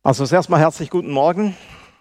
Also zuerst mal herzlich guten Morgen.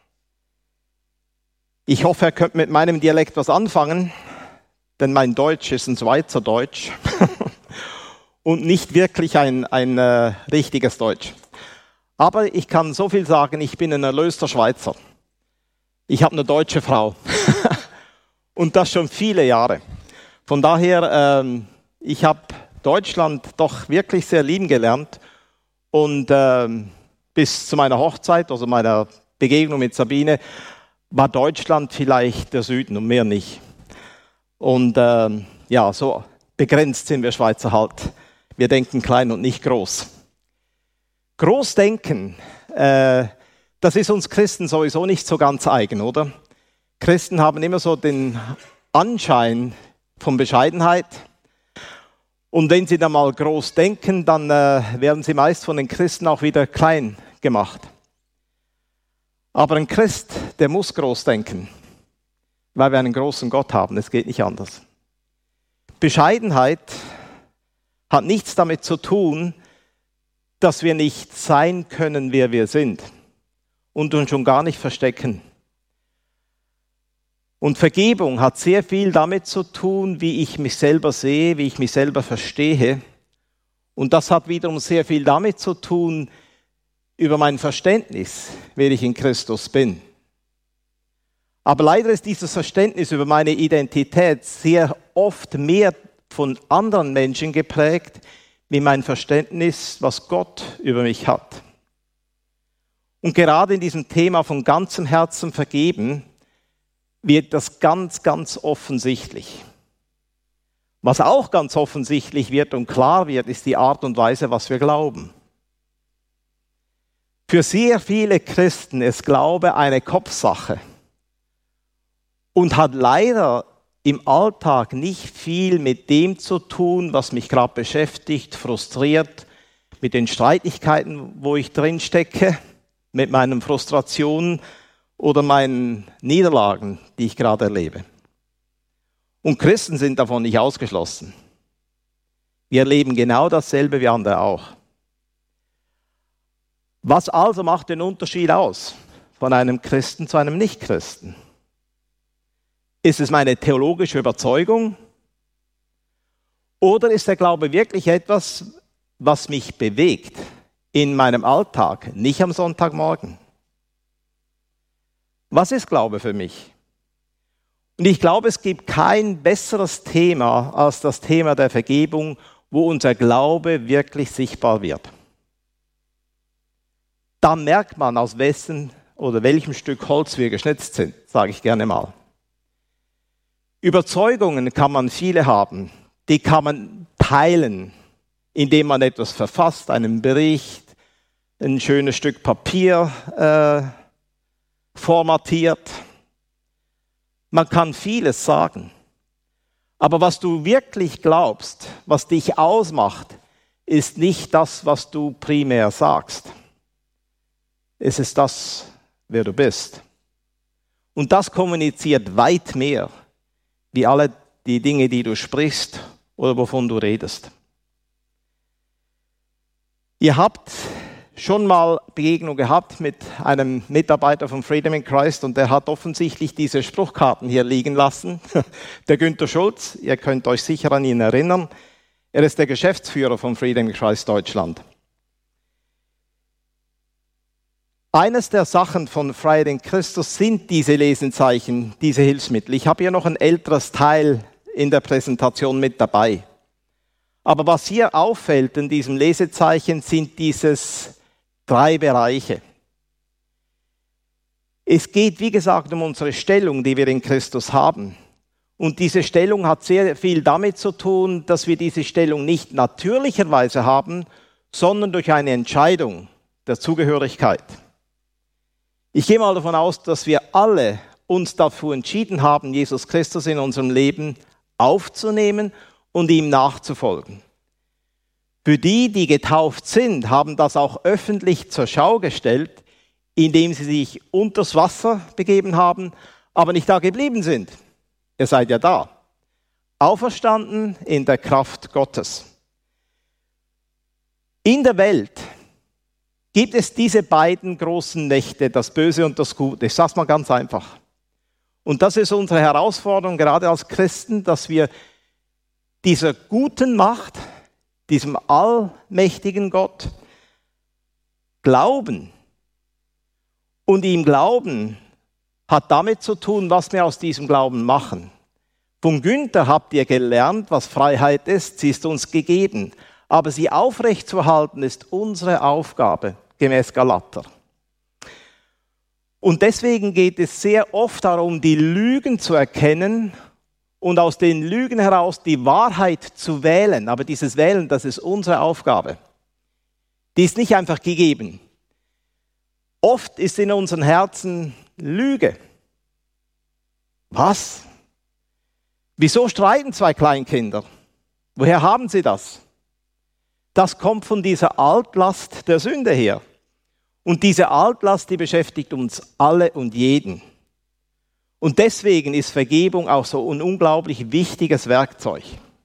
Ich hoffe, ihr könnt mit meinem Dialekt was anfangen, denn mein Deutsch ist ein Schweizerdeutsch und nicht wirklich ein richtiges Deutsch. Aber ich kann so viel sagen, ich bin ein erlöster Schweizer. Ich habe eine deutsche Frau und das schon viele Jahre. Von daher, ich habe Deutschland doch wirklich sehr lieben gelernt und bis zu meiner Hochzeit, also meiner Begegnung mit Sabine, war Deutschland vielleicht der Süden und mehr nicht. Und ja, so begrenzt sind wir Schweizer halt. Wir denken klein und nicht groß. Großdenken, das ist uns Christen sowieso nicht so ganz eigen, oder? Christen haben immer so den Anschein von Bescheidenheit. Und wenn sie dann mal groß denken, dann werden sie meist von den Christen auch wieder klein gemacht. Aber ein Christ, der muss groß denken, weil wir einen großen Gott haben. Es geht nicht anders. Bescheidenheit hat nichts damit zu tun, dass wir nicht sein können, wer wir sind und uns schon gar nicht verstecken. Und Vergebung hat sehr viel damit zu tun, wie ich mich selber sehe, wie ich mich selber verstehe. Und das hat wiederum sehr viel damit zu tun, über mein Verständnis, wer ich in Christus bin. Aber leider ist dieses Verständnis über meine Identität sehr oft mehr von anderen Menschen geprägt, wie mein Verständnis, was Gott über mich hat. Und gerade in diesem Thema von ganzem Herzen vergeben, wird das ganz, ganz offensichtlich. Was auch ganz offensichtlich wird und klar wird, ist die Art und Weise, was wir glauben. Für sehr viele Christen ist Glaube eine Kopfsache und hat leider im Alltag nicht viel mit dem zu tun, was mich gerade beschäftigt, frustriert, mit den Streitigkeiten, wo ich drin stecke, mit meinen Frustrationen oder meinen Niederlagen, die ich gerade erlebe. Und Christen sind davon nicht ausgeschlossen. Wir erleben genau dasselbe wie andere auch. Was also macht den Unterschied aus von einem Christen zu einem Nichtchristen? Ist es meine theologische Überzeugung? Oder ist der Glaube wirklich etwas, was mich bewegt in meinem Alltag, nicht am Sonntagmorgen? Was ist Glaube für mich? Und ich glaube, es gibt kein besseres Thema als das Thema der Vergebung, wo unser Glaube wirklich sichtbar wird. Da merkt man, aus wessen oder welchem Stück Holz wir geschnitzt sind, sage ich gerne mal. Überzeugungen kann man viele haben, die kann man teilen, indem man etwas verfasst, einen Bericht, ein schönes Stück Papier formatiert. Man kann vieles sagen. Aber was du wirklich glaubst, was dich ausmacht, ist nicht das, was du primär sagst. Es ist das, wer du bist. Und das kommuniziert weit mehr, wie alle die Dinge, die du sprichst oder wovon du redest. Ihr habt schon mal Begegnung gehabt mit einem Mitarbeiter von Freedom in Christ und der hat offensichtlich diese Spruchkarten hier liegen lassen. Der Günther Schulz, ihr könnt euch sicher an ihn erinnern. Er ist der Geschäftsführer von Freedom in Christ Deutschland. Eines der Sachen von Freiheit in Christus sind diese Lesenzeichen, diese Hilfsmittel. Ich habe hier noch ein älteres Teil in der Präsentation mit dabei. Aber was hier auffällt in diesem Lesezeichen sind dieses 3 Bereiche. Es geht, wie gesagt, um unsere Stellung, die wir in Christus haben. Und diese Stellung hat sehr viel damit zu tun, dass wir diese Stellung nicht natürlicherweise haben, sondern durch eine Entscheidung der Zugehörigkeit. Ich gehe mal davon aus, dass wir alle uns dafür entschieden haben, Jesus Christus in unserem Leben aufzunehmen und ihm nachzufolgen. Für die, die getauft sind, haben das auch öffentlich zur Schau gestellt, indem sie sich unters Wasser begeben haben, aber nicht da geblieben sind. Ihr seid ja da. Auferstanden in der Kraft Gottes. In der Welt gibt es diese beiden großen Mächte, das Böse und das Gute. Ich sage es mal ganz einfach. Und das ist unsere Herausforderung, gerade als Christen, dass wir dieser guten Macht, diesem allmächtigen Gott, glauben. Und ihm glauben hat damit zu tun, was wir aus diesem Glauben machen. Von Günther habt ihr gelernt, was Freiheit ist, sie ist uns gegeben. Aber sie aufrechtzuerhalten ist unsere Aufgabe, gemäß Galater. Und deswegen geht es sehr oft darum, die Lügen zu erkennen und aus den Lügen heraus die Wahrheit zu wählen. Aber dieses Wählen, das ist unsere Aufgabe. Die ist nicht einfach gegeben. Oft ist in unseren Herzen Lüge. Was? Wieso streiten zwei Kleinkinder? Woher haben sie das? Das kommt von dieser Altlast der Sünde her. Und diese Altlast, die beschäftigt uns alle und jeden. Und deswegen ist Vergebung auch so ein unglaublich wichtiges Werkzeug.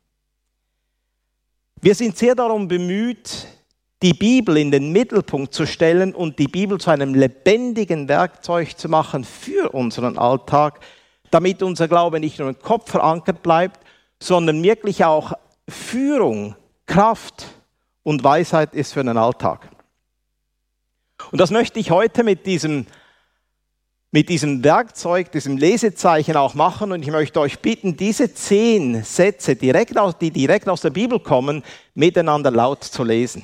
Wir sind sehr darum bemüht, die Bibel in den Mittelpunkt zu stellen und die Bibel zu einem lebendigen Werkzeug zu machen für unseren Alltag, damit unser Glaube nicht nur im Kopf verankert bleibt, sondern wirklich auch Führung, Kraft und Weisheit ist für den Alltag. Und das möchte ich heute mit diesem Werkzeug, diesem Lesezeichen auch machen. Und ich möchte euch bitten, diese 10 Sätze, die direkt aus der Bibel kommen, miteinander laut zu lesen.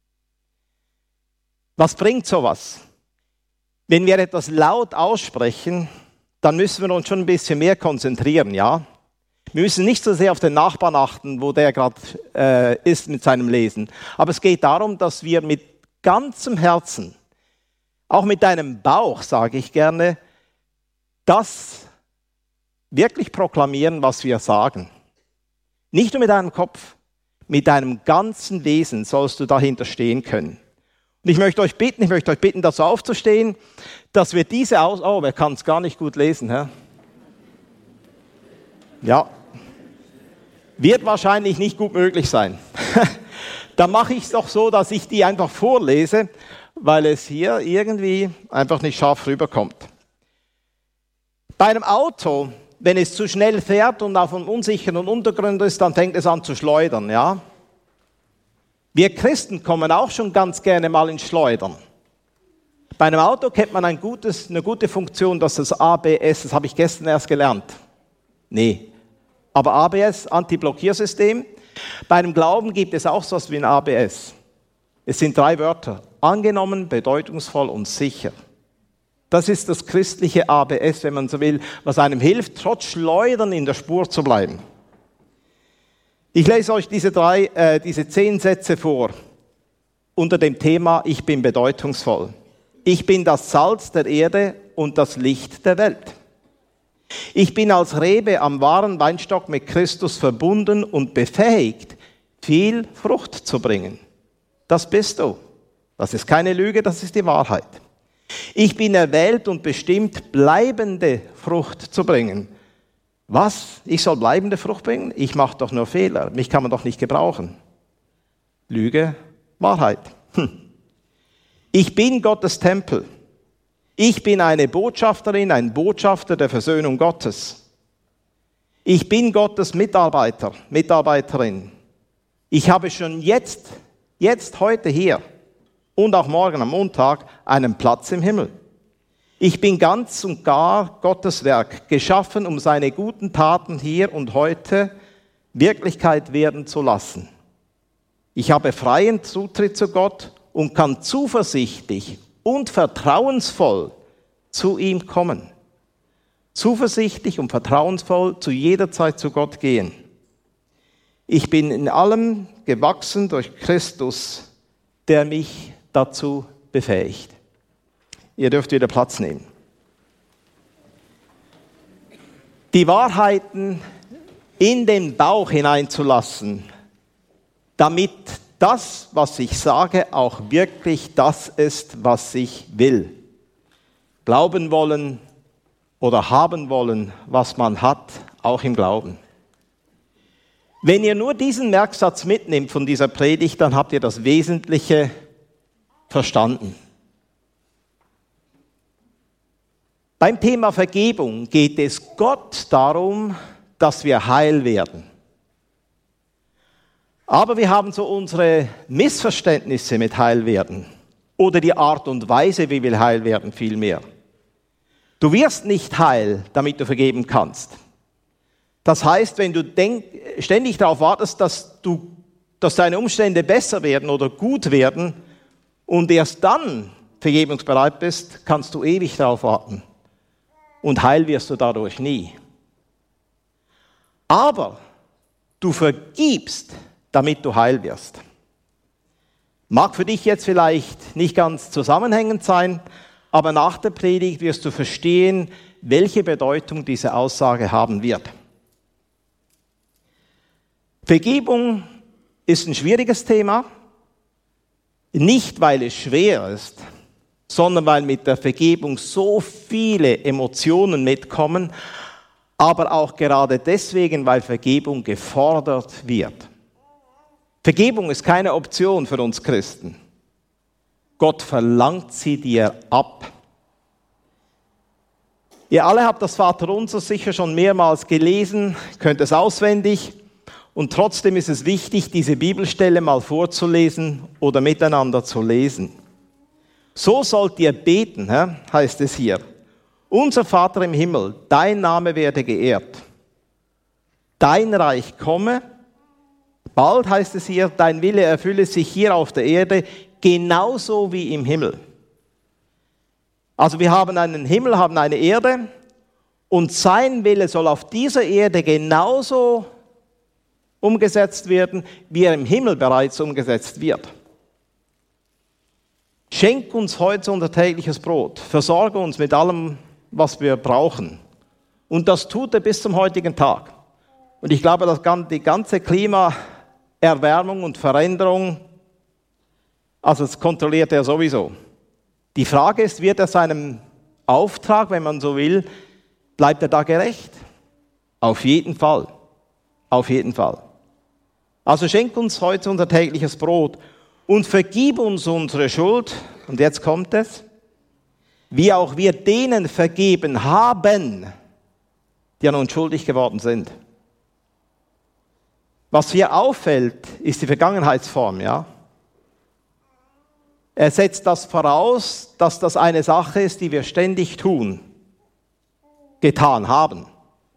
Was bringt sowas? Wenn wir etwas laut aussprechen, dann müssen wir uns schon ein bisschen mehr konzentrieren, ja? Wir müssen nicht so sehr auf den Nachbarn achten, wo der gerade ist mit seinem Lesen. Aber es geht darum, dass wir mit ganzem Herzen, auch mit deinem Bauch, sage ich gerne, das wirklich proklamieren, was wir sagen. Nicht nur mit deinem Kopf, mit deinem ganzen Wesen sollst du dahinter stehen können. Und ich möchte euch bitten, dazu aufzustehen, dass wir oh, wer kann es gar nicht gut lesen, hä? Ja, wird wahrscheinlich nicht gut möglich sein. Dann mache ich es doch so, dass ich die einfach vorlese, weil es hier irgendwie einfach nicht scharf rüberkommt. Bei einem Auto, wenn es zu schnell fährt und auf einem unsicheren Untergrund ist, dann fängt es an zu schleudern, ja? Wir Christen kommen auch schon ganz gerne mal ins Schleudern. Bei einem Auto kennt man eine gute Funktion, das ist das ABS, das habe ich gestern erst gelernt. Nee, aber ABS, Anti-Blockiersystem. Bei einem Glauben gibt es auch so etwas wie ein ABS. Es sind 3 Wörter, angenommen, bedeutungsvoll und sicher. Das ist das christliche ABS, wenn man so will, was einem hilft, trotz Schleudern in der Spur zu bleiben. Ich lese euch diese 10 Sätze vor unter dem Thema Ich bin bedeutungsvoll. Ich bin das Salz der Erde und das Licht der Welt. Ich bin als Rebe am wahren Weinstock mit Christus verbunden und befähigt, viel Frucht zu bringen. Das bist du. Das ist keine Lüge, das ist die Wahrheit. Ich bin erwählt und bestimmt, bleibende Frucht zu bringen. Was? Ich soll bleibende Frucht bringen? Ich mache doch nur Fehler. Mich kann man doch nicht gebrauchen. Lüge, Wahrheit. Ich bin Gottes Tempel. Ich bin eine Botschafterin, ein Botschafter der Versöhnung Gottes. Ich bin Gottes Mitarbeiter, Mitarbeiterin. Ich habe schon jetzt heute hier und auch morgen am Montag einen Platz im Himmel. Ich bin ganz und gar Gottes Werk, geschaffen, um seine guten Taten hier und heute Wirklichkeit werden zu lassen. Ich habe freien Zutritt zu Gott und kann zuversichtlich und vertrauensvoll zu ihm kommen. Zuversichtlich und vertrauensvoll zu jeder Zeit zu Gott gehen. Ich bin in allem gewachsen durch Christus, der mich dazu befähigt. Ihr dürft wieder Platz nehmen. Die Wahrheiten in den Bauch hineinzulassen, damit das, was ich sage, auch wirklich das ist, was ich will. Glauben wollen oder haben wollen, was man hat, auch im Glauben. Wenn ihr nur diesen Merksatz mitnehmt von dieser Predigt, dann habt ihr das Wesentliche verstanden. Beim Thema Vergebung geht es Gott darum, dass wir heil werden. Aber wir haben so unsere Missverständnisse mit Heilwerden oder die Art und Weise, wie wir heil werden, vielmehr. Du wirst nicht heil, damit du vergeben kannst. Das heißt, wenn du ständig darauf wartest, dass deine Umstände besser werden oder gut werden und erst dann vergebungsbereit bist, kannst du ewig darauf warten. Und heil wirst du dadurch nie. Aber du vergibst, damit du heil wirst. Mag für dich jetzt vielleicht nicht ganz zusammenhängend sein, aber nach der Predigt wirst du verstehen, welche Bedeutung diese Aussage haben wird. Vergebung ist ein schwieriges Thema, nicht weil es schwer ist, sondern weil mit der Vergebung so viele Emotionen mitkommen, aber auch gerade deswegen, weil Vergebung gefordert wird. Vergebung ist keine Option für uns Christen. Gott verlangt sie dir ab. Ihr alle habt das Vaterunser sicher schon mehrmals gelesen, könnt es auswendig. Und trotzdem ist es wichtig, diese Bibelstelle mal vorzulesen oder miteinander zu lesen. So sollt ihr beten, heißt es hier. Unser Vater im Himmel, dein Name werde geehrt. Dein Reich komme. Bald heißt es hier, dein Wille erfülle sich hier auf der Erde, genauso wie im Himmel. Also wir haben einen Himmel, haben eine Erde und sein Wille soll auf dieser Erde genauso umgesetzt werden, wie er im Himmel bereits umgesetzt wird. Schenk uns heute unser tägliches Brot, versorge uns mit allem, was wir brauchen. Und das tut er bis zum heutigen Tag. Und ich glaube, die ganze Klimaerwärmung und Veränderung, also das kontrolliert er sowieso. Die Frage ist, wird er seinem Auftrag, wenn man so will, bleibt er da gerecht? Auf jeden Fall. Auf jeden Fall. Also schenk uns heute unser tägliches Brot und vergib uns unsere Schuld. Und jetzt kommt es. Wie auch wir denen vergeben haben, die an uns schuldig geworden sind. Was hier auffällt, ist die Vergangenheitsform, ja. Er setzt das voraus, dass das eine Sache ist, die wir ständig getan haben.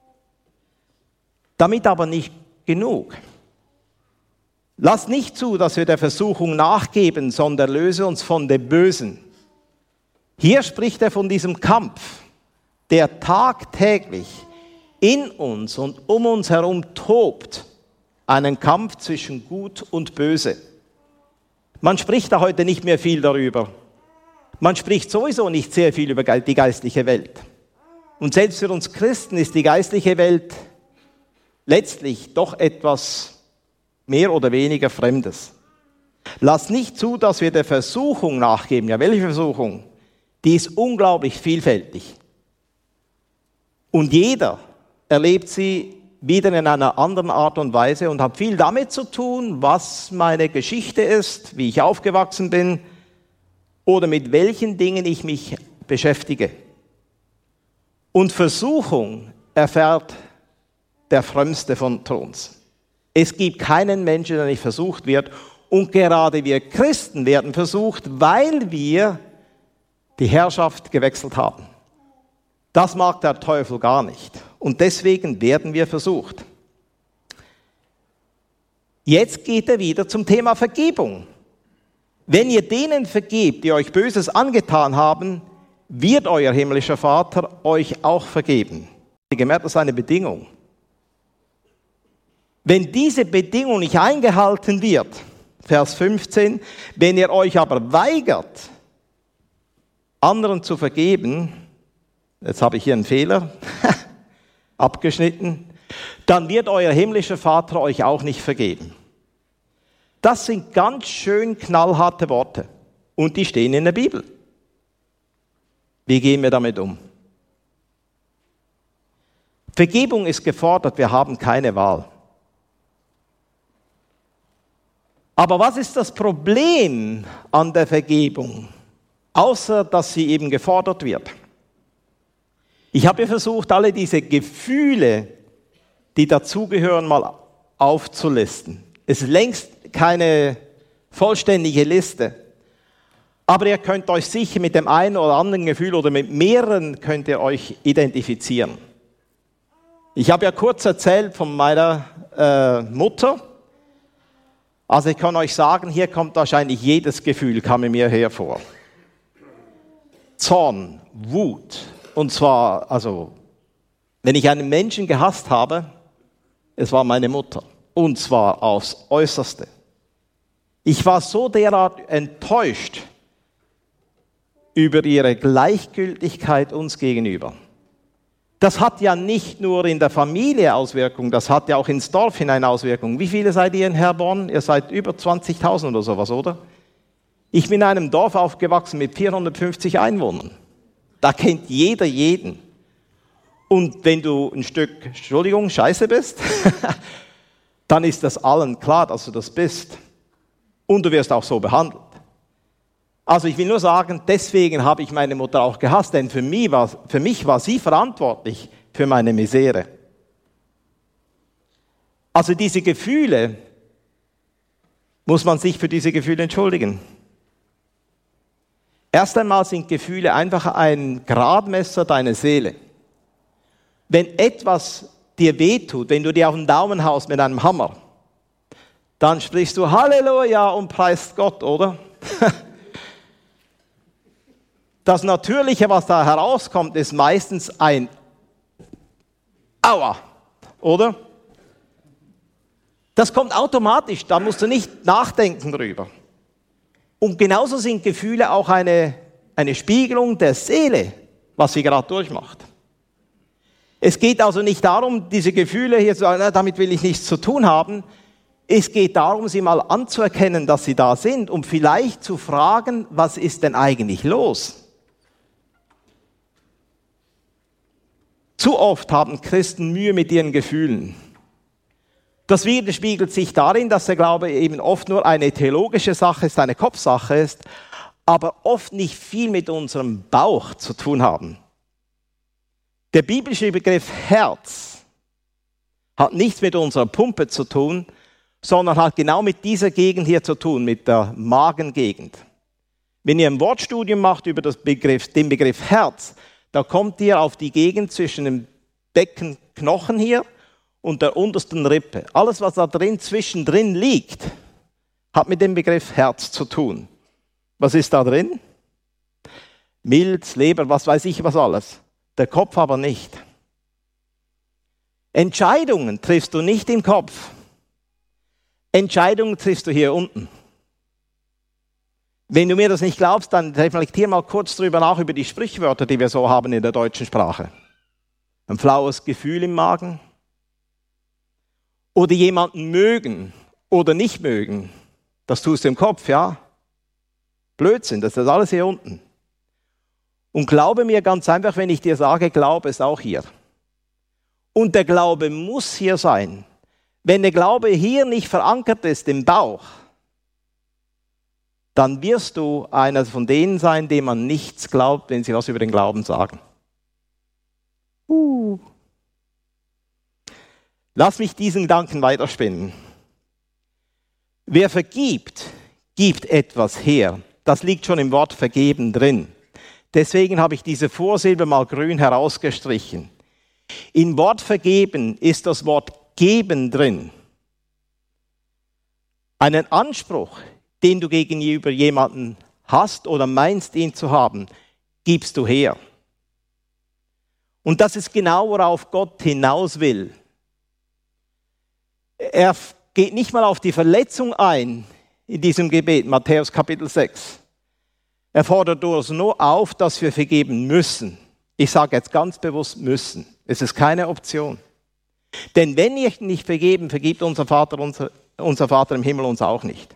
Damit aber nicht genug. Lass nicht zu, dass wir der Versuchung nachgeben, sondern löse uns von dem Bösen. Hier spricht er von diesem Kampf, der tagtäglich in uns und um uns herum tobt. Einen Kampf zwischen Gut und Böse. Man spricht da heute nicht mehr viel darüber. Man spricht sowieso nicht sehr viel über die geistliche Welt. Und selbst für uns Christen ist die geistliche Welt letztlich doch etwas mehr oder weniger Fremdes. Lass nicht zu, dass wir der Versuchung nachgeben. Ja, welche Versuchung? Die ist unglaublich vielfältig. Und jeder erlebt sie wieder in einer anderen Art und Weise und hat viel damit zu tun, was meine Geschichte ist, wie ich aufgewachsen bin oder mit welchen Dingen ich mich beschäftige. Und Versuchung erfährt der Frömmste von uns. Es gibt keinen Menschen, der nicht versucht wird. Und gerade wir Christen werden versucht, weil wir die Herrschaft gewechselt haben. Das mag der Teufel gar nicht. Und deswegen werden wir versucht. Jetzt geht er wieder zum Thema Vergebung. Wenn ihr denen vergebt, die euch Böses angetan haben, wird euer himmlischer Vater euch auch vergeben. Ihr gemerkt, das ist eine Bedingung. Wenn diese Bedingung nicht eingehalten wird, Vers 15, wenn ihr euch aber weigert, anderen zu vergeben, jetzt habe ich hier einen Fehler, abgeschnitten, dann wird euer himmlischer Vater euch auch nicht vergeben. Das sind ganz schön knallharte Worte und die stehen in der Bibel. Wie gehen wir damit um? Vergebung ist gefordert, wir haben keine Wahl. Aber was ist das Problem an der Vergebung? Außer, dass sie eben gefordert wird. Ich habe versucht, alle diese Gefühle, die dazugehören, mal aufzulisten. Es ist längst keine vollständige Liste. Aber ihr könnt euch sicher mit dem einen oder anderen Gefühl oder mit mehreren könnt ihr euch identifizieren. Ich habe ja kurz erzählt von meiner Mutter. Also ich kann euch sagen, hier kommt wahrscheinlich jedes Gefühl, kam mir hervor. Zorn, Wut. Und zwar, also, wenn ich einen Menschen gehasst habe, es war meine Mutter. Und zwar aufs Äußerste. Ich war so derart enttäuscht über ihre Gleichgültigkeit uns gegenüber. Das hat ja nicht nur in der Familie Auswirkungen, das hat ja auch ins Dorf hinein Auswirkungen. Wie viele seid ihr in Herborn? Ihr seid über 20.000 oder sowas, oder? Ich bin in einem Dorf aufgewachsen mit 450 Einwohnern. Da kennt jeder jeden. Und wenn du ein Stück, Entschuldigung, Scheiße bist, dann ist das allen klar, dass du das bist. Und du wirst auch so behandelt. Also ich will nur sagen, deswegen habe ich meine Mutter auch gehasst, denn für mich war sie verantwortlich für meine Misere. Also diese Gefühle, muss man sich für diese Gefühle entschuldigen. Erst einmal sind Gefühle einfach ein Gradmesser deiner Seele. Wenn etwas dir wehtut, wenn du dir auf den Daumen haust mit einem Hammer, dann sprichst du Halleluja und preist Gott, oder? Das Natürliche, was da herauskommt, ist meistens ein Aua, oder? Das kommt automatisch, da musst du nicht nachdenken drüber. Und genauso sind Gefühle auch eine Spiegelung der Seele, was sie gerade durchmacht. Es geht also nicht darum, diese Gefühle hier zu sagen, damit will ich nichts zu tun haben. Es geht darum, sie mal anzuerkennen, dass sie da sind und vielleicht zu fragen, was ist denn eigentlich los? Zu oft haben Christen Mühe mit ihren Gefühlen. Das widerspiegelt sich darin, dass der Glaube eben oft nur eine theologische Sache ist, eine Kopfsache ist, aber oft nicht viel mit unserem Bauch zu tun haben. Der biblische Begriff Herz hat nichts mit unserer Pumpe zu tun, sondern hat genau mit dieser Gegend hier zu tun, mit der Magengegend. Wenn ihr ein Wortstudium macht über den Begriff Herz, da kommt ihr auf die Gegend zwischen dem Beckenknochen hier und der untersten Rippe. Alles, was da drin zwischendrin liegt, hat mit dem Begriff Herz zu tun. Was ist da drin? Milz, Leber, was weiß ich was alles. Der Kopf aber nicht. Entscheidungen triffst du nicht im Kopf. Entscheidungen triffst du hier unten. Wenn du mir das nicht glaubst, dann reflektier mal kurz drüber nach, über die Sprichwörter, die wir so haben in der deutschen Sprache. Ein flaues Gefühl im Magen. Oder jemanden mögen oder nicht mögen. Das tust du im Kopf, ja. Blödsinn, das ist alles hier unten. Und glaube mir ganz einfach, wenn ich dir sage, Glaube ist auch hier. Und der Glaube muss hier sein. Wenn der Glaube hier nicht verankert ist im Bauch, dann wirst du einer von denen sein, dem man nichts glaubt, wenn sie was über den Glauben sagen. Lass mich diesen Gedanken weiterspinnen. Wer vergibt, gibt etwas her. Das liegt schon im Wort vergeben drin. Deswegen habe ich diese Vorsilbe mal grün herausgestrichen. Im Wort vergeben ist das Wort geben drin. Einen Anspruch, den du gegenüber jemanden hast oder meinst, ihn zu haben, gibst du her. Und das ist genau, worauf Gott hinaus will. Er geht nicht mal auf die Verletzung ein in diesem Gebet, Matthäus Kapitel 6. Er fordert uns nur auf, dass wir vergeben müssen. Ich sage jetzt ganz bewusst müssen. Es ist keine Option. Denn wenn wir nicht vergeben, vergibt unser Vater im Himmel uns auch nicht.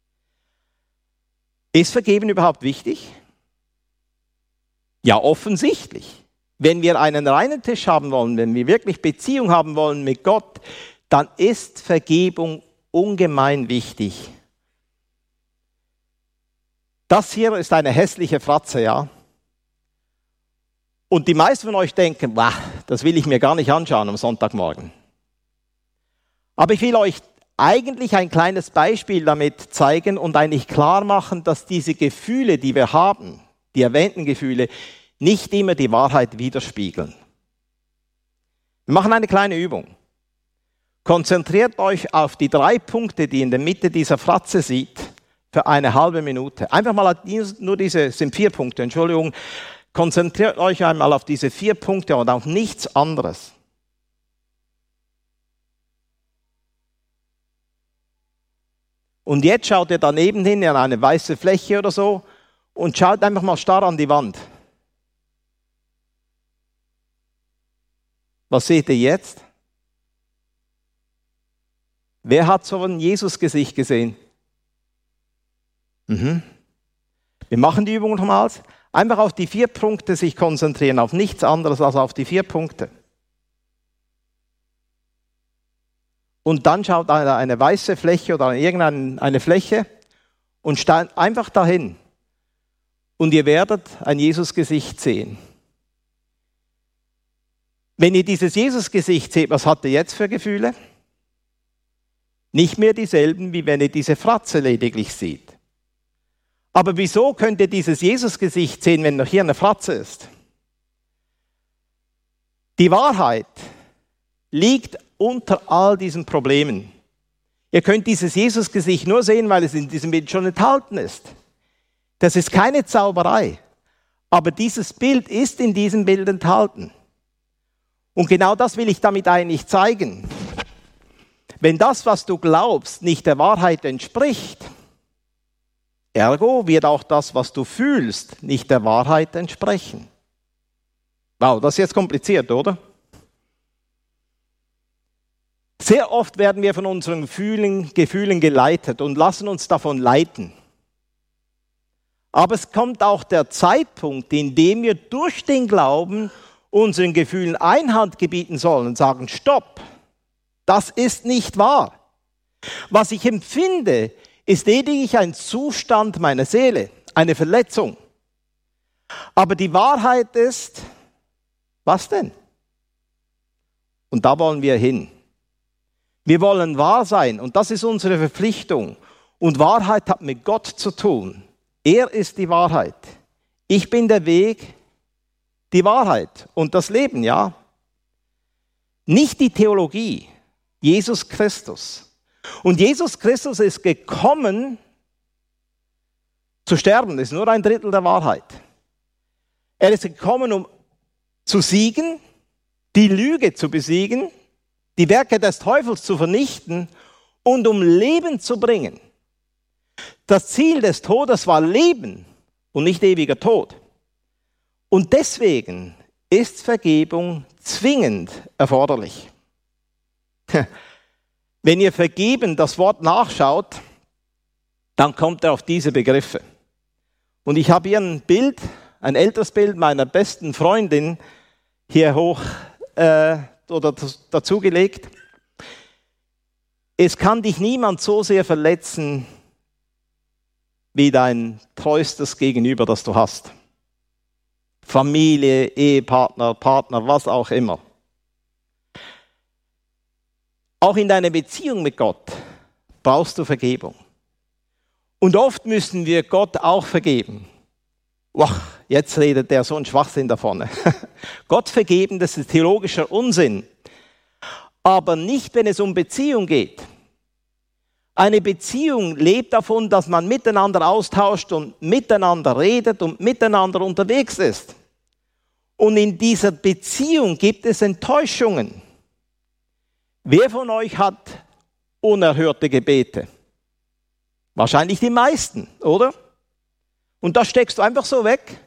Ist Vergeben überhaupt wichtig? Ja, offensichtlich. Wenn wir einen reinen Tisch haben wollen, wenn wir wirklich Beziehung haben wollen mit Gott, dann ist Vergebung ungemein wichtig. Das hier ist eine hässliche Fratze, ja. Und die meisten von euch denken, das will ich mir gar nicht anschauen am Sonntagmorgen. Aber ich will euch eigentlich ein kleines Beispiel damit zeigen und eigentlich klar machen, dass diese Gefühle, die wir haben, die erwähnten Gefühle, nicht immer die Wahrheit widerspiegeln. Wir machen eine kleine Übung. Konzentriert euch auf die 3 Punkte, die in der Mitte dieser Fratze seht, für eine halbe Minute. Einfach mal nur diese, sind 4 Punkte, Entschuldigung. Konzentriert euch einmal auf diese 4 Punkte und auf nichts anderes. Und jetzt schaut ihr daneben hin an eine weiße Fläche oder so und schaut einfach mal starr an die Wand. Was seht ihr jetzt? Wer hat so ein Jesus-Gesicht gesehen? Wir machen die Übung nochmals. Einfach auf die 4 Punkte sich konzentrieren, auf nichts anderes als auf die 4 Punkte. Und dann schaut eine weiße Fläche oder irgendeine Fläche und steigt einfach dahin. Und ihr werdet ein Jesus-Gesicht sehen. Wenn ihr dieses Jesus-Gesicht seht, was habt ihr jetzt für Gefühle? Nicht mehr dieselben, wie wenn ihr diese Fratze lediglich seht. Aber wieso könnt ihr dieses Jesus-Gesicht sehen, wenn noch hier eine Fratze ist? Die Wahrheit liegt unter all diesen Problemen. Ihr könnt dieses Jesus-Gesicht nur sehen, weil es in diesem Bild schon enthalten ist. Das ist keine Zauberei. Aber dieses Bild ist in diesem Bild enthalten. Und genau das will ich damit eigentlich zeigen. Wenn das, was du glaubst, nicht der Wahrheit entspricht, ergo wird auch das, was du fühlst, nicht der Wahrheit entsprechen. Wow, das ist jetzt kompliziert, oder? Sehr oft werden wir von unseren Gefühlen geleitet und lassen uns davon leiten. Aber es kommt auch der Zeitpunkt, in dem wir durch den Glauben unseren Gefühlen Einhalt gebieten sollen und sagen, stopp, das ist nicht wahr. Was ich empfinde, ist lediglich ein Zustand meiner Seele, eine Verletzung. Aber die Wahrheit ist, was denn? Und da wollen wir hin. Wir wollen wahr sein und das ist unsere Verpflichtung. Und Wahrheit hat mit Gott zu tun. Er ist die Wahrheit. Ich bin der Weg, die Wahrheit und das Leben, ja. Nicht die Theologie, Jesus Christus. Und Jesus Christus ist gekommen, zu sterben, das ist nur ein Drittel der Wahrheit. Er ist gekommen, um zu siegen, die Lüge zu besiegen, die Werke des Teufels zu vernichten und um Leben zu bringen. Das Ziel des Todes war Leben und nicht ewiger Tod. Und deswegen ist Vergebung zwingend erforderlich. Wenn ihr vergeben das Wort nachschaut, dann kommt er auf diese Begriffe. Und ich habe hier ein Bild, ein älteres Bild meiner besten Freundin hier hoch oder dazugelegt. Es kann dich niemand so sehr verletzen wie dein treuestes Gegenüber, das du hast. Familie, Ehepartner, Partner, was auch immer. Auch in deiner Beziehung mit Gott brauchst du Vergebung. Und oft müssen wir Gott auch vergeben. Wow, jetzt redet der so ein Schwachsinn davon. Gott vergeben, das ist theologischer Unsinn. Aber nicht, wenn es um Beziehung geht. Eine Beziehung lebt davon, dass man miteinander austauscht und miteinander redet und miteinander unterwegs ist. Und in dieser Beziehung gibt es Enttäuschungen. Wer von euch hat unerhörte Gebete? Wahrscheinlich die meisten, oder? Und das steckst du einfach so weg.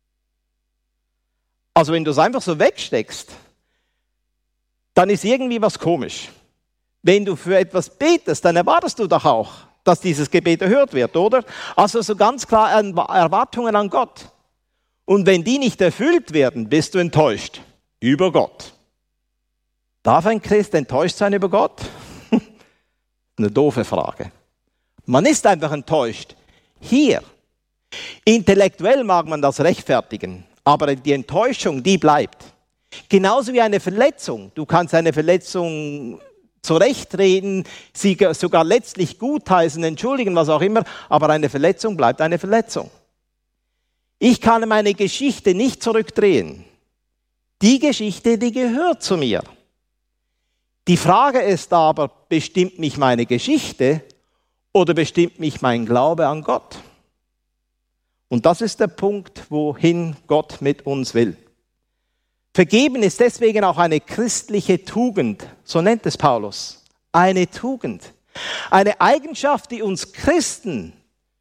Also wenn du es einfach so wegsteckst, dann ist irgendwie was komisch. Wenn du für etwas betest, dann erwartest du doch auch, dass dieses Gebet erhört wird, oder? Also so ganz klar Erwartungen an Gott. Und wenn die nicht erfüllt werden, bist du enttäuscht über Gott. Darf ein Christ enttäuscht sein über Gott? Eine doofe Frage. Man ist einfach enttäuscht. Hier, Intellektuell mag man das rechtfertigen, aber die Enttäuschung, die bleibt. Genauso wie eine Verletzung. Du kannst eine Verletzung zurechtreden, sie sogar letztlich gutheißen, entschuldigen, was auch immer, aber eine Verletzung bleibt eine Verletzung. Ich kann meine Geschichte nicht zurückdrehen. Die Geschichte, die gehört zu mir. Die Frage ist aber, bestimmt mich meine Geschichte oder bestimmt mich mein Glaube an Gott? Und das ist der Punkt, wohin Gott mit uns will. Vergeben ist deswegen auch eine christliche Tugend, so nennt es Paulus. Eine Tugend. Eine Eigenschaft, die uns Christen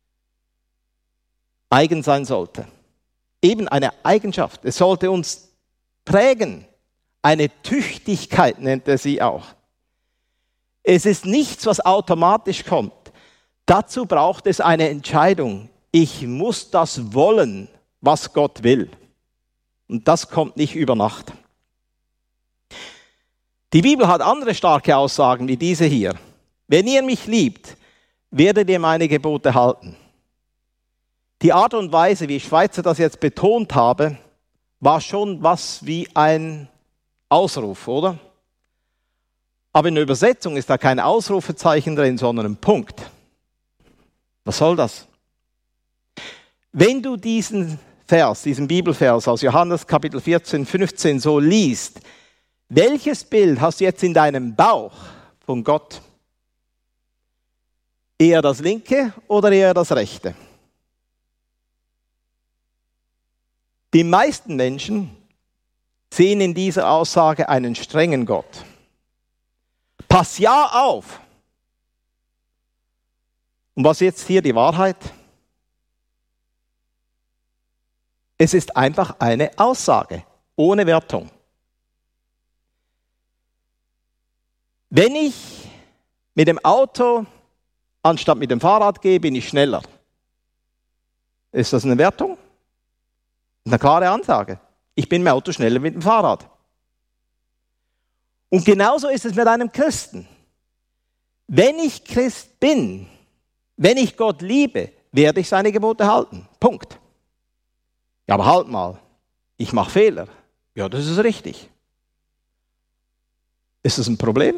eigen sein sollte. Eben eine Eigenschaft. Es sollte uns prägen. Eine Tüchtigkeit nennt er sie auch. Es ist nichts, was automatisch kommt. Dazu braucht es eine Entscheidung. Ich muss das wollen, was Gott will. Und das kommt nicht über Nacht. Die Bibel hat andere starke Aussagen wie diese hier. Wenn ihr mich liebt, werdet ihr meine Gebote halten. Die Art und Weise, wie Schweitzer das jetzt betont habe, war schon was wie ein Ausruf, oder? Aber in der Übersetzung ist da kein Ausrufezeichen drin, sondern ein Punkt. Was soll das? Wenn du diesen Bibelvers aus Johannes Kapitel 14, 15 so liest, welches Bild hast du jetzt in deinem Bauch von Gott? Eher das linke oder eher das rechte? Die meisten Menschen sehen in dieser Aussage einen strengen Gott. Pass ja auf! Und was ist jetzt hier die Wahrheit? Es ist einfach eine Aussage, ohne Wertung. Wenn ich mit dem Auto anstatt mit dem Fahrrad gehe, bin ich schneller. Ist das eine Wertung? Eine klare Ansage. Ich bin im Auto schneller mit dem Fahrrad. Und genauso ist es mit einem Christen. Wenn ich Christ bin, wenn ich Gott liebe, werde ich seine Gebote halten. Punkt. Ja, aber halt mal, ich mache Fehler. Ja, das ist richtig. Ist das ein Problem?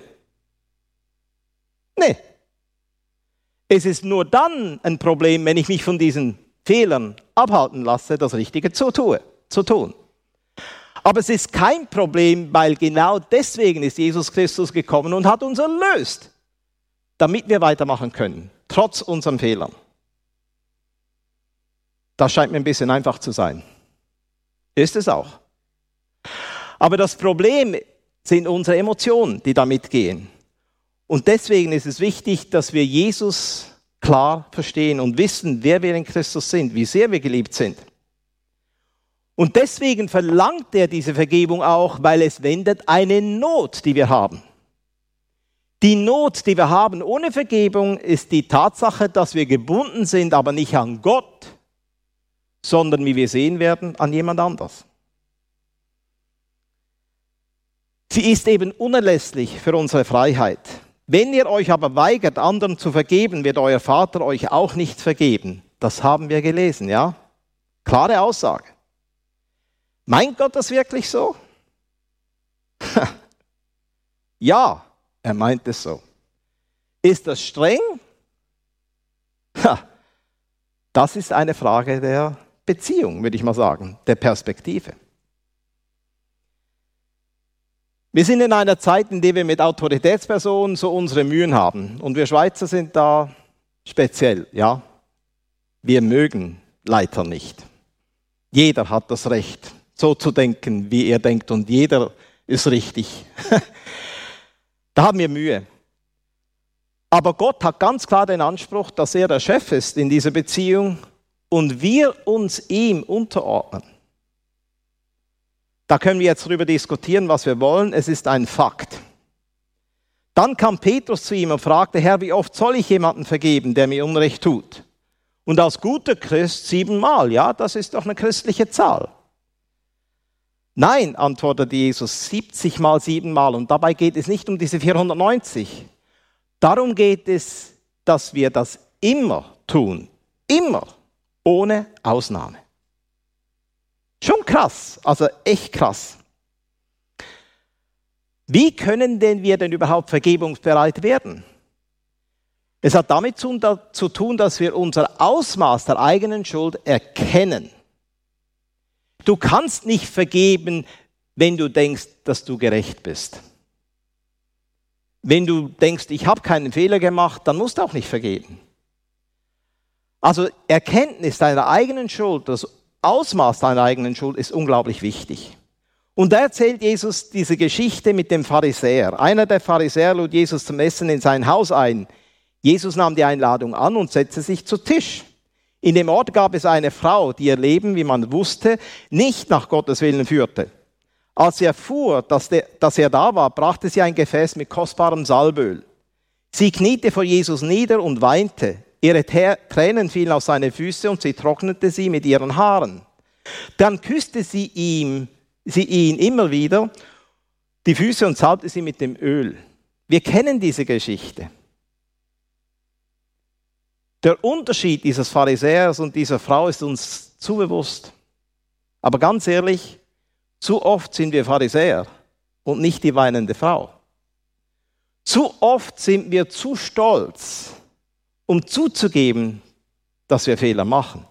Nee. Es ist nur dann ein Problem, wenn ich mich von diesen Fehlern abhalten lasse, das Richtige zu tun. Aber es ist kein Problem, weil genau deswegen ist Jesus Christus gekommen und hat uns erlöst, damit wir weitermachen können, trotz unseren Fehlern. Das scheint mir ein bisschen einfach zu sein. Ist es auch. Aber das Problem sind unsere Emotionen, die da mitgehen. Und deswegen ist es wichtig, dass wir Jesus klar verstehen und wissen, wer wir in Christus sind, wie sehr wir geliebt sind. Und deswegen verlangt er diese Vergebung auch, weil es wendet eine Not, die wir haben. Die Not, die wir haben ohne Vergebung, ist die Tatsache, dass wir gebunden sind, aber nicht an Gott, sondern, wie wir sehen werden, an jemand anders. Sie ist eben unerlässlich für unsere Freiheit. Wenn ihr euch aber weigert, anderen zu vergeben, wird euer Vater euch auch nicht vergeben. Das haben wir gelesen, ja? Klare Aussage. Meint Gott das wirklich so? Ja, er meint es so. Ist das streng? Das ist eine Frage der Beziehung, würde ich mal sagen, der Perspektive. Wir sind in einer Zeit, in der wir mit Autoritätspersonen so unsere Mühen haben. Und wir Schweizer sind da speziell, ja. Wir mögen Leiter nicht. Jeder hat das Recht, so zu denken, wie er denkt, und jeder ist richtig. Da haben wir Mühe. Aber Gott hat ganz klar den Anspruch, dass er der Chef ist in dieser Beziehung und wir uns ihm unterordnen. Da können wir jetzt darüber diskutieren, was wir wollen. Es ist ein Fakt. Dann kam Petrus zu ihm und fragte, Herr, wie oft soll ich jemanden vergeben, der mir Unrecht tut? Und als guter Christ 7-mal. Ja, das ist doch eine christliche Zahl. Nein, antwortete Jesus, 70 mal 7-mal. Und dabei geht es nicht um diese 490. Darum geht es, dass wir das immer tun. Immer. Ohne Ausnahme. Schon krass, also echt krass. Wie können denn wir denn überhaupt vergebungsbereit werden? Es hat damit zu tun, dass wir unser Ausmaß der eigenen Schuld erkennen. Du kannst nicht vergeben, wenn du denkst, dass du gerecht bist. Wenn du denkst, ich habe keinen Fehler gemacht, dann musst du auch nicht vergeben. Also Erkenntnis deiner eigenen Schuld, das Ausmaß deiner eigenen Schuld ist unglaublich wichtig. Und da erzählt Jesus diese Geschichte mit dem Pharisäer. Einer der Pharisäer lud Jesus zum Essen in sein Haus ein. Jesus nahm die Einladung an und setzte sich zu Tisch. In dem Ort gab es eine Frau, die ihr Leben, wie man wusste, nicht nach Gottes Willen führte. Als sie erfuhr, dass er da war, brachte sie ein Gefäß mit kostbarem Salböl. Sie kniete vor Jesus nieder und weinte. Ihre Tränen fielen auf seine Füße und sie trocknete sie mit ihren Haaren. Dann küsste sie ihn immer wieder die Füße und salbte sie mit dem Öl. Wir kennen diese Geschichte. Der Unterschied dieses Pharisäers und dieser Frau ist uns zu bewusst. Aber ganz ehrlich, zu oft sind wir Pharisäer und nicht die weinende Frau. Zu oft sind wir zu stolz, um zuzugeben, dass wir Fehler machen.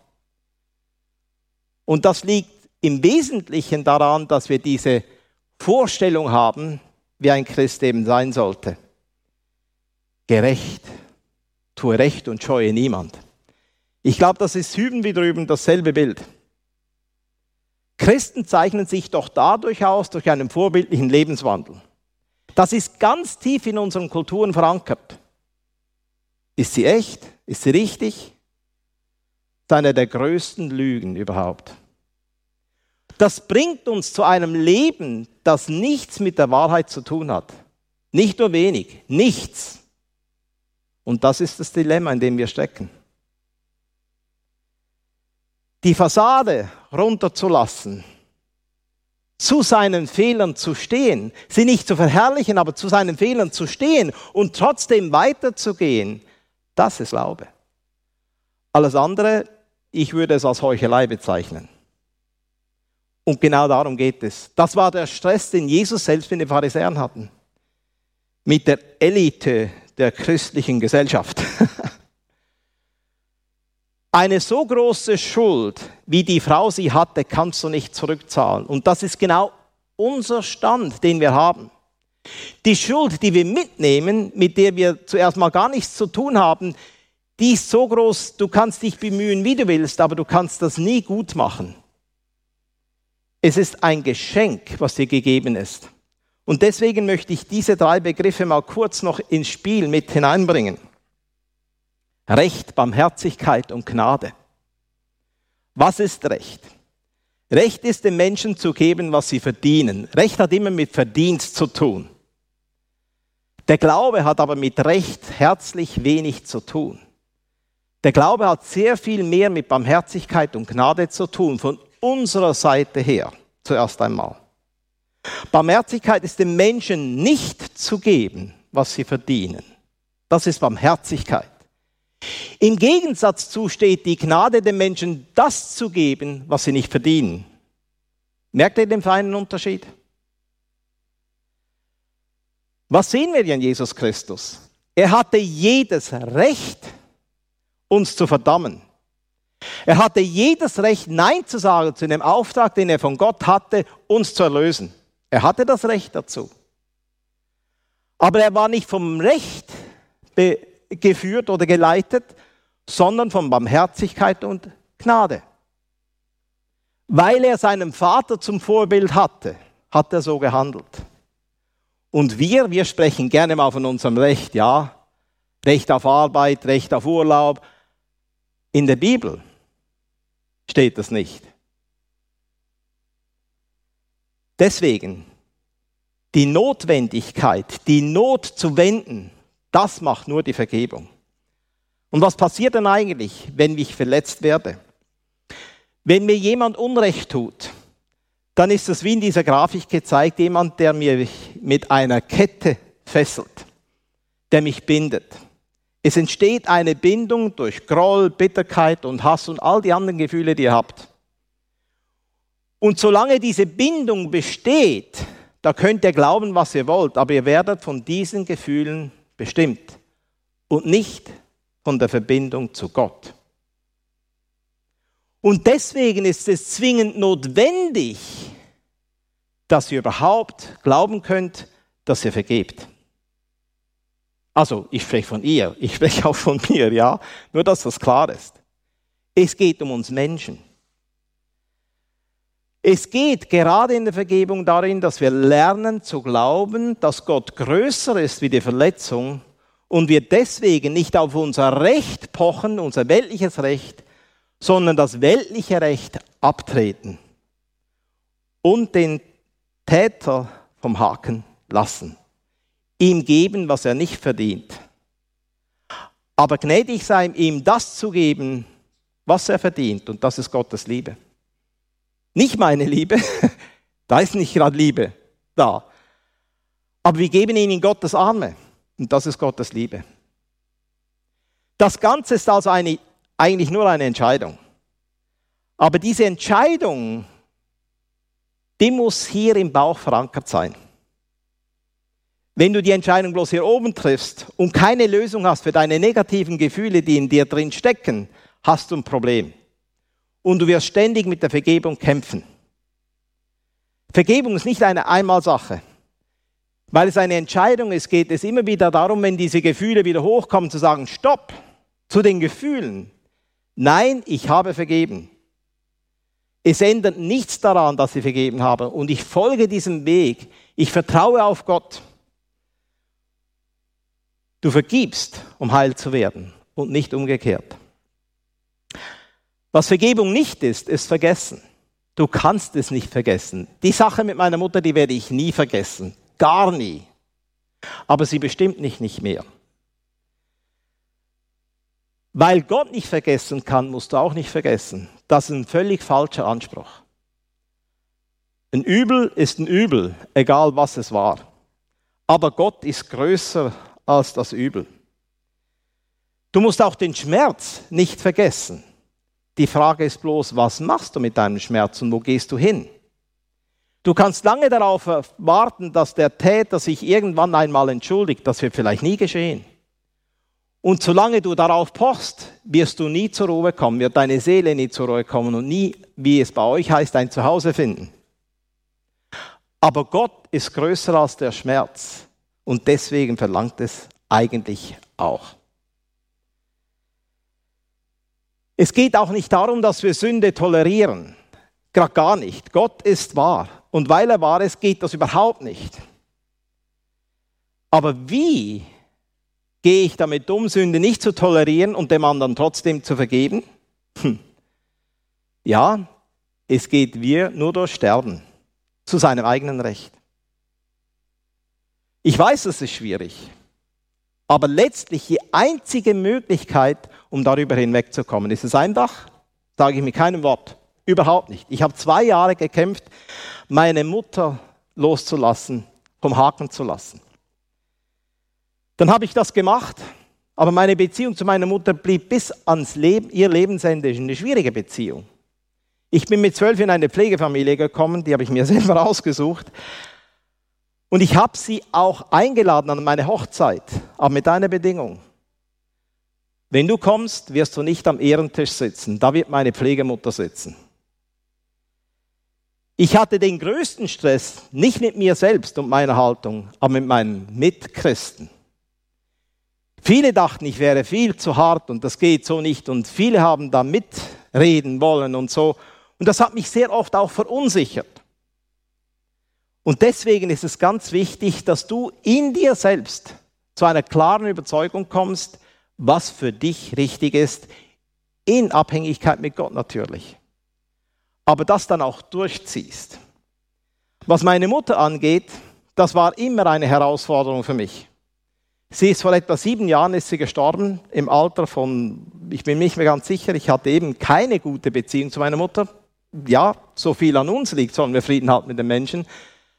Und das liegt im Wesentlichen daran, dass wir diese Vorstellung haben, wie ein Christ eben sein sollte. Gerecht, tue Recht und scheue niemand. Ich glaube, das ist hüben wie drüben dasselbe Bild. Christen zeichnen sich doch dadurch aus, durch einen vorbildlichen Lebenswandel. Das ist ganz tief in unseren Kulturen verankert. Ist sie echt? Ist sie richtig? Das ist eine der größten Lügen überhaupt. Das bringt uns zu einem Leben, das nichts mit der Wahrheit zu tun hat. Nicht nur wenig, nichts. Und das ist das Dilemma, in dem wir stecken. Die Fassade runterzulassen, zu seinen Fehlern zu stehen, sie nicht zu verherrlichen, aber zu seinen Fehlern zu stehen und trotzdem weiterzugehen, das ist Glaube. Alles andere, ich würde es als Heuchelei bezeichnen. Und genau darum geht es. Das war der Stress, den Jesus selbst mit den Pharisäern hatten. Mit der Elite der christlichen Gesellschaft. Eine so große Schuld, wie die Frau sie hatte, kannst du nicht zurückzahlen. Und das ist genau unser Stand, den wir haben. Die Schuld, die wir mitnehmen, mit der wir zuerst mal gar nichts zu tun haben, die ist so groß, du kannst dich bemühen, wie du willst, aber du kannst das nie gut machen. Es ist ein Geschenk, was dir gegeben ist. Und deswegen möchte ich diese 3 Begriffe mal kurz noch ins Spiel mit hineinbringen. Recht, Barmherzigkeit und Gnade. Was ist Recht? Recht ist den Menschen zu geben, was sie verdienen. Recht hat immer mit Verdienst zu tun. Der Glaube hat aber mit Recht herzlich wenig zu tun. Der Glaube hat sehr viel mehr mit Barmherzigkeit und Gnade zu tun, von unserer Seite her, zuerst einmal. Barmherzigkeit ist den Menschen nicht zu geben, was sie verdienen. Das ist Barmherzigkeit. Im Gegensatz zu steht die Gnade, den Menschen das zu geben, was sie nicht verdienen. Merkt ihr den feinen Unterschied? Was sehen wir in Jesus Christus? Er hatte jedes Recht, uns zu verdammen. Er hatte jedes Recht, Nein zu sagen zu dem Auftrag, den er von Gott hatte, uns zu erlösen. Er hatte das Recht dazu. Aber er war nicht vom Recht geführt oder geleitet, sondern von Barmherzigkeit und Gnade. Weil er seinen Vater zum Vorbild hatte, hat er so gehandelt. Und wir sprechen gerne mal von unserem Recht, ja. Recht auf Arbeit, Recht auf Urlaub. In der Bibel steht das nicht. Deswegen, die Notwendigkeit, die Not zu wenden, das macht nur die Vergebung. Und was passiert denn eigentlich, wenn ich verletzt werde? Wenn mir jemand Unrecht tut, dann ist es wie in dieser Grafik gezeigt, jemand, der mich mit einer Kette fesselt, der mich bindet. Es entsteht eine Bindung durch Groll, Bitterkeit und Hass und all die anderen Gefühle, die ihr habt. Und solange diese Bindung besteht, da könnt ihr glauben, was ihr wollt, aber ihr werdet von diesen Gefühlen bestimmt und nicht von der Verbindung zu Gott. Und deswegen ist es zwingend notwendig, dass ihr überhaupt glauben könnt, dass ihr vergebt. Also, ich spreche von ihr, ich spreche auch von mir, ja, nur dass das klar ist. Es geht um uns Menschen. Es geht gerade in der Vergebung darin, dass wir lernen zu glauben, dass Gott größer ist wie die Verletzung und wir deswegen nicht auf unser Recht pochen, unser weltliches Recht, sondern das weltliche Recht abtreten und den Täter vom Haken lassen, ihm geben, was er nicht verdient. Aber gnädig sein, ihm das zu geben, was er verdient, und das ist Gottes Liebe. Nicht meine Liebe, da ist nicht gerade Liebe da. Aber wir geben ihn in Gottes Arme und das ist Gottes Liebe. Das Ganze ist also eigentlich nur eine Entscheidung. Aber diese Entscheidung, die muss hier im Bauch verankert sein. Wenn du die Entscheidung bloß hier oben triffst und keine Lösung hast für deine negativen Gefühle, die in dir drin stecken, hast du ein Problem. Und du wirst ständig mit der Vergebung kämpfen. Vergebung ist nicht eine Einmalsache. Weil es eine Entscheidung ist, geht es immer wieder darum, wenn diese Gefühle wieder hochkommen, zu sagen, stopp zu den Gefühlen. Nein, ich habe vergeben. Es ändert nichts daran, dass ich vergeben habe. Und ich folge diesem Weg. Ich vertraue auf Gott. Du vergibst, um heil zu werden und nicht umgekehrt. Was Vergebung nicht ist, ist Vergessen. Du kannst es nicht vergessen. Die Sache mit meiner Mutter, die werde ich nie vergessen. Gar nie. Aber sie bestimmt mich nicht mehr. Weil Gott nicht vergessen kann, musst du auch nicht vergessen. Das ist ein völlig falscher Anspruch. Ein Übel ist ein Übel, egal was es war. Aber Gott ist größer als das Übel. Du musst auch den Schmerz nicht vergessen. Die Frage ist bloß, was machst du mit deinem Schmerz und wo gehst du hin? Du kannst lange darauf warten, dass der Täter sich irgendwann einmal entschuldigt. Das wird vielleicht nie geschehen. Und solange du darauf pochst, wirst du nie zur Ruhe kommen, wird deine Seele nie zur Ruhe kommen und nie, wie es bei euch heißt, ein Zuhause finden. Aber Gott ist größer als der Schmerz und deswegen verlangt es eigentlich auch. Es geht auch nicht darum, dass wir Sünde tolerieren. Gerade gar nicht. Gott ist wahr. Und weil er wahr ist, geht das überhaupt nicht. Aber wie gehe ich damit um, Sünde nicht zu tolerieren und dem anderen trotzdem zu vergeben? Ja, es geht nur durch Sterben. Zu seinem eigenen Recht. Ich weiß, es ist schwierig. Aber letztlich die einzige Möglichkeit, um darüber hinwegzukommen. Ist es einfach? Sage ich mit keinem Wort. Überhaupt nicht. Ich habe 2 Jahre gekämpft, meine Mutter loszulassen, vom Haken zu lassen. Dann habe ich das gemacht, aber meine Beziehung zu meiner Mutter blieb bis ans ihr Lebensende eine schwierige Beziehung. Ich bin mit 12 in eine Pflegefamilie gekommen, die habe ich mir selber ausgesucht. Und ich habe sie auch eingeladen an meine Hochzeit, aber mit einer Bedingung. Wenn du kommst, wirst du nicht am Ehrentisch sitzen, da wird meine Pflegemutter sitzen. Ich hatte den größten Stress, nicht mit mir selbst und meiner Haltung, aber mit meinen Mitchristen. Viele dachten, ich wäre viel zu hart und das geht so nicht und viele haben da mitreden wollen und so. Und das hat mich sehr oft auch verunsichert. Und deswegen ist es ganz wichtig, dass du in dir selbst zu einer klaren Überzeugung kommst, was für dich richtig ist, in Abhängigkeit mit Gott natürlich. Aber das dann auch durchziehst. Was meine Mutter angeht, das war immer eine Herausforderung für mich. Sie ist vor etwa 7 Jahren ist sie gestorben, im Alter von, ich bin nicht mehr ganz sicher, ich hatte eben keine gute Beziehung zu meiner Mutter. Ja, so viel an uns liegt, sollen wir Frieden halten mit den Menschen.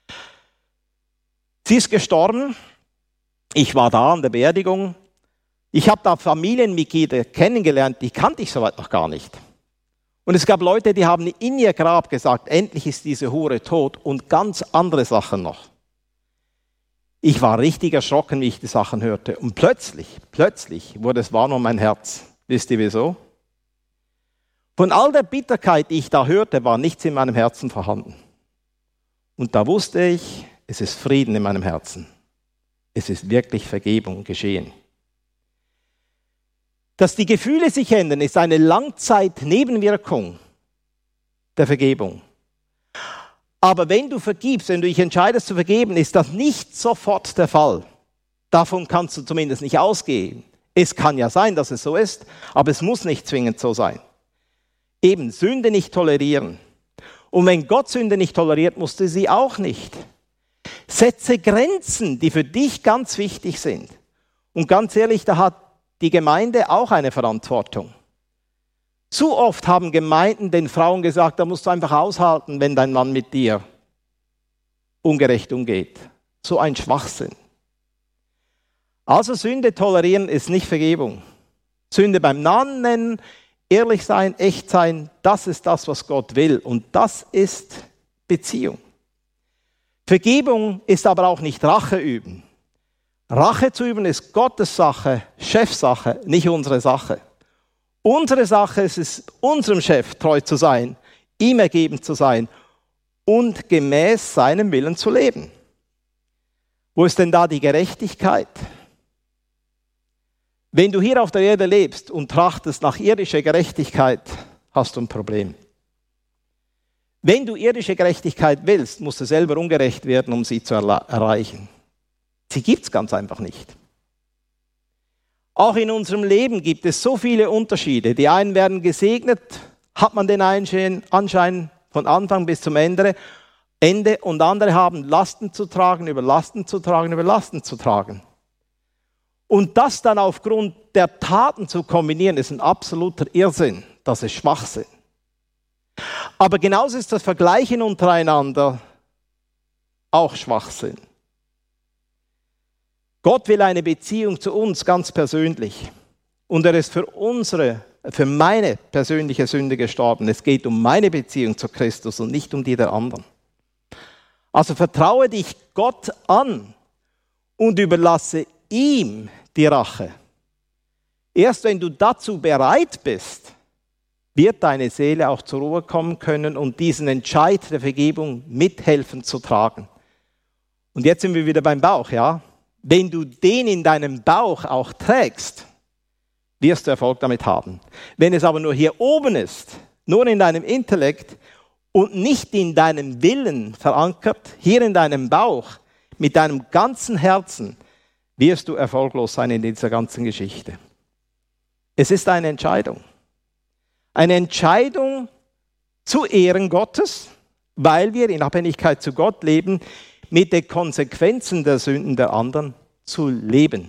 Sie ist gestorben, ich war da an der Beerdigung Ich habe da Familienmitglieder kennengelernt, die kannte ich soweit noch gar nicht. Und es gab Leute, die haben in ihr Grab gesagt, endlich ist diese Hure tot und ganz andere Sachen noch. Ich war richtig erschrocken, wie ich die Sachen hörte. Und plötzlich wurde es warm um mein Herz. Wisst ihr wieso? Von all der Bitterkeit, die ich da hörte, war nichts in meinem Herzen vorhanden. Und da wusste ich, es ist Frieden in meinem Herzen. Es ist wirklich Vergebung geschehen. Dass die Gefühle sich ändern, ist eine Langzeitnebenwirkung der Vergebung. Aber wenn du vergibst, wenn du dich entscheidest zu vergeben, ist das nicht sofort der Fall. Davon kannst du zumindest nicht ausgehen. Es kann ja sein, dass es so ist, aber es muss nicht zwingend so sein. Eben, Sünde nicht tolerieren. Und wenn Gott Sünde nicht toleriert, musst du sie auch nicht. Setze Grenzen, die für dich ganz wichtig sind. Und ganz ehrlich, da hat die Gemeinde auch eine Verantwortung. Zu oft haben Gemeinden den Frauen gesagt, da musst du einfach aushalten, wenn dein Mann mit dir ungerecht umgeht. So ein Schwachsinn. Also Sünde tolerieren ist nicht Vergebung. Sünde beim Namen nennen, ehrlich sein, echt sein, das ist das, was Gott will. Und das ist Beziehung. Vergebung ist aber auch nicht Rache üben. Rache zu üben ist Gottes Sache, Chefsache, nicht unsere Sache. Unsere Sache ist es, unserem Chef treu zu sein, ihm ergeben zu sein und gemäß seinem Willen zu leben. Wo ist denn da die Gerechtigkeit? Wenn du hier auf der Erde lebst und trachtest nach irdischer Gerechtigkeit, hast du ein Problem. Wenn du irdische Gerechtigkeit willst, musst du selber ungerecht werden, um sie zu erreichen. Sie gibt es ganz einfach nicht. Auch in unserem Leben gibt es so viele Unterschiede. Die einen werden gesegnet, hat man den Anschein von Anfang bis zum Ende, und andere haben Lasten zu tragen, über Lasten zu tragen, über Lasten zu tragen. Und das dann aufgrund der Taten zu kombinieren, ist ein absoluter Irrsinn. Das ist Schwachsinn. Aber genauso ist das Vergleichen untereinander auch Schwachsinn. Gott will eine Beziehung zu uns ganz persönlich. Und er ist für meine persönliche Sünde gestorben. Es geht um meine Beziehung zu Christus und nicht um die der anderen. Also vertraue dich Gott an und überlasse ihm die Rache. Erst wenn du dazu bereit bist, wird deine Seele auch zur Ruhe kommen können und diesen Entscheid der Vergebung mithelfen zu tragen. Und jetzt sind wir wieder beim Bauch, ja? Wenn du den in deinem Bauch auch trägst, wirst du Erfolg damit haben. Wenn es aber nur hier oben ist, nur in deinem Intellekt und nicht in deinem Willen verankert, hier in deinem Bauch, mit deinem ganzen Herzen, wirst du erfolglos sein in dieser ganzen Geschichte. Es ist eine Entscheidung. Eine Entscheidung zu Ehren Gottes, weil wir in Abhängigkeit zu Gott leben, mit den Konsequenzen der Sünden der anderen zu leben.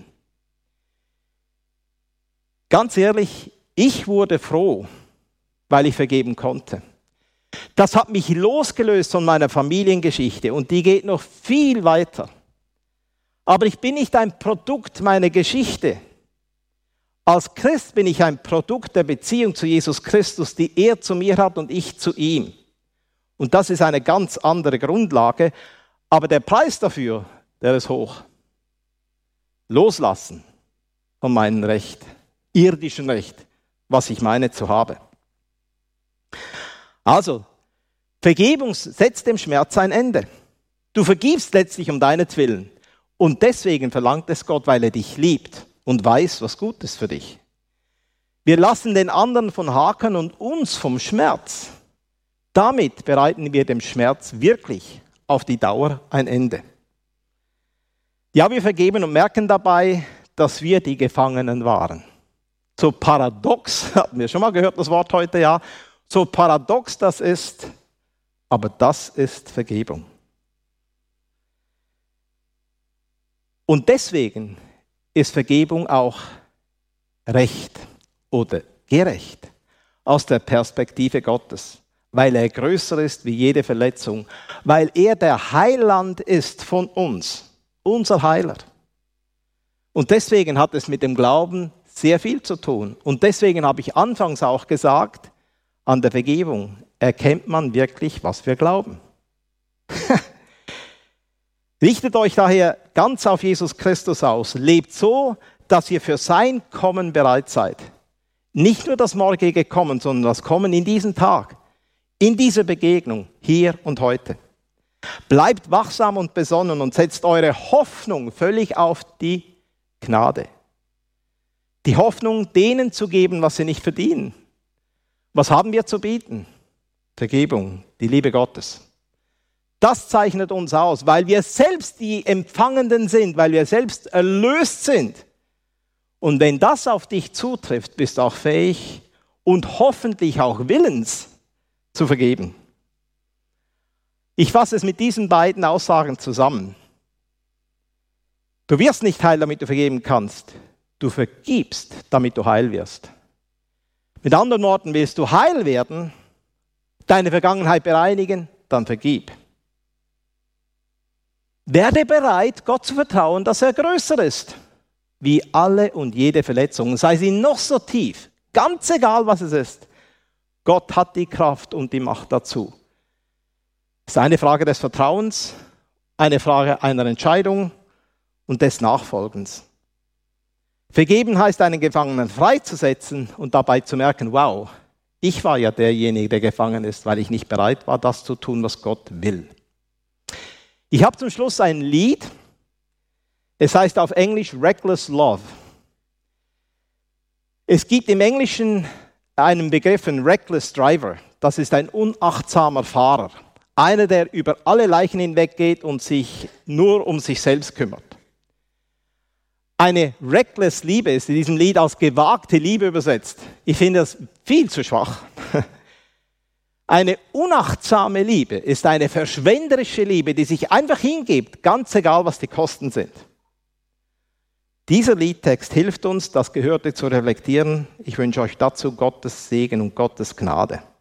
Ganz ehrlich, ich wurde froh, weil ich vergeben konnte. Das hat mich losgelöst von meiner Familiengeschichte und die geht noch viel weiter. Aber ich bin nicht ein Produkt meiner Geschichte. Als Christ bin ich ein Produkt der Beziehung zu Jesus Christus, die er zu mir hat und ich zu ihm. Und das ist eine ganz andere Grundlage. Aber der Preis dafür, der ist hoch. Loslassen von meinem Recht, irdischen Recht, was ich meine zu haben. Also, Vergebung setzt dem Schmerz ein Ende. Du vergibst letztlich um deinetwillen. Und deswegen verlangt es Gott, weil er dich liebt und weiß, was gut ist für dich. Wir lassen den anderen von Haken und uns vom Schmerz. Damit bereiten wir dem Schmerz wirklich auf die Dauer ein Ende. Ja, wir vergeben und merken dabei, dass wir die Gefangenen waren. So paradox, hatten wir schon mal gehört das Wort heute, ja, so paradox das ist, aber das ist Vergebung. Und deswegen ist Vergebung auch Recht oder gerecht aus der Perspektive Gottes, weil er größer ist wie jede Verletzung, weil er der Heiland ist von uns, unser Heiler. Und deswegen hat es mit dem Glauben sehr viel zu tun. Und deswegen habe ich anfangs auch gesagt, an der Vergebung erkennt man wirklich, was wir glauben. Richtet euch daher ganz auf Jesus Christus aus. Lebt so, dass ihr für sein Kommen bereit seid. Nicht nur das morgige Kommen, sondern das Kommen in diesen Tag, in dieser Begegnung, hier und heute. Bleibt wachsam und besonnen und setzt eure Hoffnung völlig auf die Gnade. Die Hoffnung, denen zu geben, was sie nicht verdienen. Was haben wir zu bieten? Vergebung, die Liebe Gottes. Das zeichnet uns aus, weil wir selbst die Empfangenden sind, weil wir selbst erlöst sind. Und wenn das auf dich zutrifft, bist du auch fähig und hoffentlich auch willens zu vergeben. Ich fasse es mit diesen beiden Aussagen zusammen. Du wirst nicht heil, damit du vergeben kannst. Du vergibst, damit du heil wirst. Mit anderen Worten, willst du heil werden, deine Vergangenheit bereinigen, dann vergib. Werde bereit, Gott zu vertrauen, dass er größer ist, wie alle und jede Verletzung. Sei sie noch so tief, ganz egal, was es ist. Gott hat die Kraft und die Macht dazu. Es ist eine Frage des Vertrauens, eine Frage einer Entscheidung und des Nachfolgens. Vergeben heißt, einen Gefangenen freizusetzen und dabei zu merken, wow, ich war ja derjenige, der gefangen ist, weil ich nicht bereit war, das zu tun, was Gott will. Ich habe zum Schluss ein Lied, es heißt auf Englisch Reckless Love. Es gibt im Englischen einen Begriff, ein Reckless Driver, das ist ein unachtsamer Fahrer. Einer, der über alle Leichen hinweggeht und sich nur um sich selbst kümmert. Eine reckless Liebe ist in diesem Lied als gewagte Liebe übersetzt. Ich finde das viel zu schwach. Eine unachtsame Liebe ist eine verschwenderische Liebe, die sich einfach hingibt, ganz egal, was die Kosten sind. Dieser Liedtext hilft uns, das Gehörte zu reflektieren. Ich wünsche euch dazu Gottes Segen und Gottes Gnade.